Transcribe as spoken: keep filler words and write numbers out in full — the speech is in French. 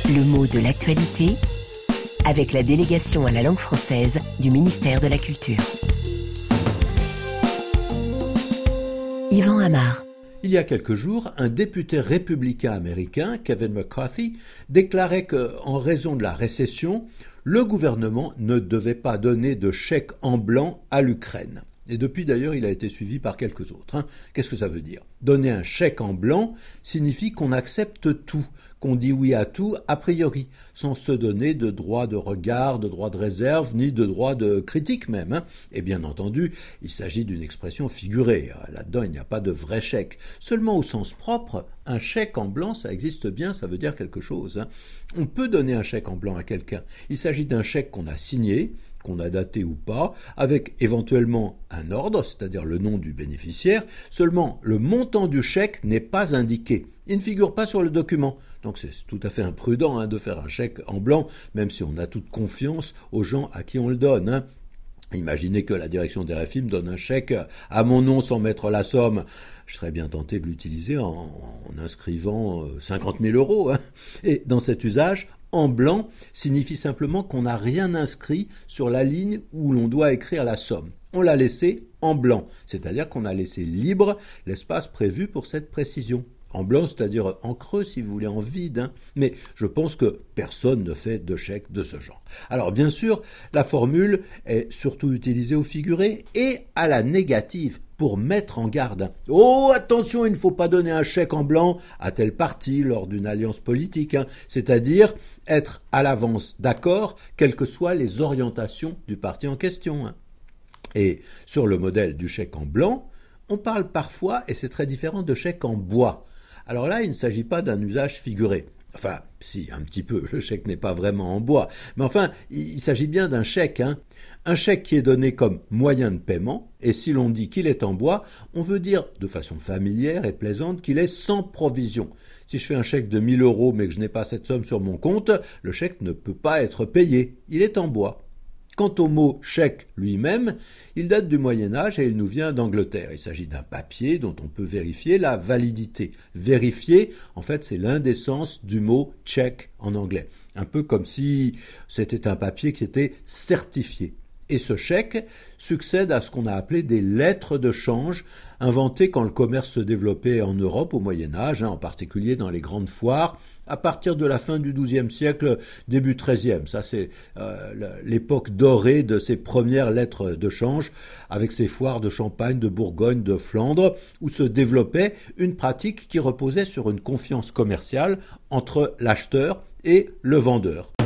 Le mot de l'actualité avec la délégation à la langue française du ministère de la Culture. Yvan Amar. Il y a quelques jours, un député républicain américain, Kevin McCarthy, déclarait qu'en raison de la récession, le gouvernement ne devait pas donner de chèque en blanc à l'Ukraine. Et depuis d'ailleurs, il a été suivi par quelques autres. Hein. Qu'est-ce que ça veut dire ? Donner un chèque en blanc signifie qu'on accepte tout, qu'on dit oui à tout a priori, sans se donner de droit de regard, de droit de réserve, ni de droit de critique même. Hein. Et bien entendu, il s'agit d'une expression figurée. Là-dedans, il n'y a pas de vrai chèque. Seulement au sens propre, un chèque en blanc, ça existe bien, ça veut dire quelque chose. Hein. On peut donner un chèque en blanc à quelqu'un. Il s'agit d'un chèque qu'on a signé, qu'on a daté ou pas, avec éventuellement un ordre, c'est-à-dire le nom du bénéficiaire, seulement le montant du chèque n'est pas indiqué. Il ne figure pas sur le document. Donc c'est tout à fait imprudent hein, de faire un chèque en blanc, même si on a toute confiance aux gens à qui on le donne. Hein. Imaginez que la direction des R F I me donne un chèque à mon nom sans mettre la somme. Je serais bien tenté de l'utiliser en, en inscrivant cinquante mille euros. Hein. Et dans cet usage, en blanc signifie simplement qu'on n'a rien inscrit sur la ligne où l'on doit écrire la somme. On l'a laissé en blanc, c'est-à-dire qu'on a laissé libre l'espace prévu pour cette précision. En blanc, c'est-à-dire en creux, si vous voulez, en vide. Hein. Mais je pense que personne ne fait de chèque de ce genre. Alors, bien sûr, la formule est surtout utilisée au figuré et à la négative pour mettre en garde. Oh, attention, il ne faut pas donner un chèque en blanc à tel parti lors d'une alliance politique. Hein. C'est-à-dire être à l'avance d'accord, quelles que soient les orientations du parti en question. Hein. Et sur le modèle du chèque en blanc, on parle parfois, et c'est très différent, de chèque en bois. Alors là, il ne s'agit pas d'un usage figuré. Enfin, si, un petit peu, le chèque n'est pas vraiment en bois. Mais enfin, il s'agit bien d'un chèque. Hein. Un chèque qui est donné comme moyen de paiement, et si l'on dit qu'il est en bois, on veut dire, de façon familière et plaisante, qu'il est sans provision. Si je fais un chèque de mille euros, mais que je n'ai pas cette somme sur mon compte, le chèque ne peut pas être payé. Il est en bois. Quant au mot « chèque » lui-même, il date du Moyen-Âge et il nous vient d'Angleterre. Il s'agit d'un papier dont on peut vérifier la validité. Vérifier, en fait, c'est l'un des sens du mot « check » en anglais. Un peu comme si c'était un papier qui était certifié. Et ce chèque succède à ce qu'on a appelé des lettres de change, inventées quand le commerce se développait en Europe au Moyen-Âge, hein, en particulier dans les grandes foires, à partir de la fin du douzième siècle, début treizième. Ça, c'est euh, l'époque dorée de ces premières lettres de change, avec ces foires de Champagne, de Bourgogne, de Flandre, où se développait une pratique qui reposait sur une confiance commerciale entre l'acheteur et le vendeur.